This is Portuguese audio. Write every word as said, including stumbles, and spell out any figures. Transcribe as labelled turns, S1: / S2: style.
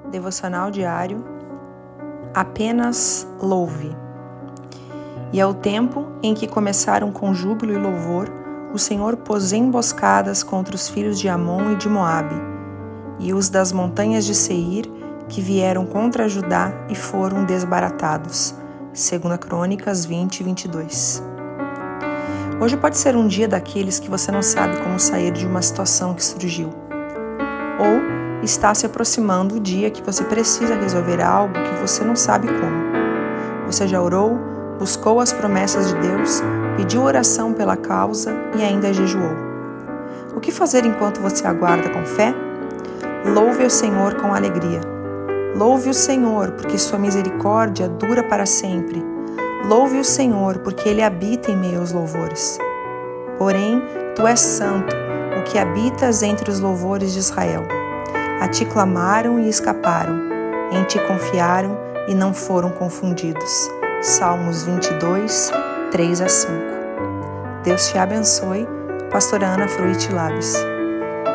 S1: Devocional diário, apenas louve. E ao tempo em que começaram com júbilo e louvor, o Senhor pôs emboscadas contra os filhos de Amon e de Moabe, e os das montanhas de Seir, que vieram contra Judá e foram desbaratados. Segunda Crônicas vinte, vinte e dois. Hoje pode ser um dia daqueles que você não sabe como sair de uma situação que surgiu. Ou está se aproximando o dia que você precisa resolver algo que você não sabe como. Você já orou, buscou as promessas de Deus, pediu oração pela causa e ainda jejuou. O que fazer enquanto você aguarda com fé? Louve o Senhor com alegria. Louve o Senhor, porque sua misericórdia dura para sempre. Louve o Senhor, porque Ele habita em meio aos louvores. Porém, Tu és santo, o que habitas entre os louvores de Israel. A Ti clamaram e escaparam, em Ti confiaram e não foram confundidos. Salmos vinte e dois, três a cinco. Deus te abençoe. Pastora Ana Fruit Labs.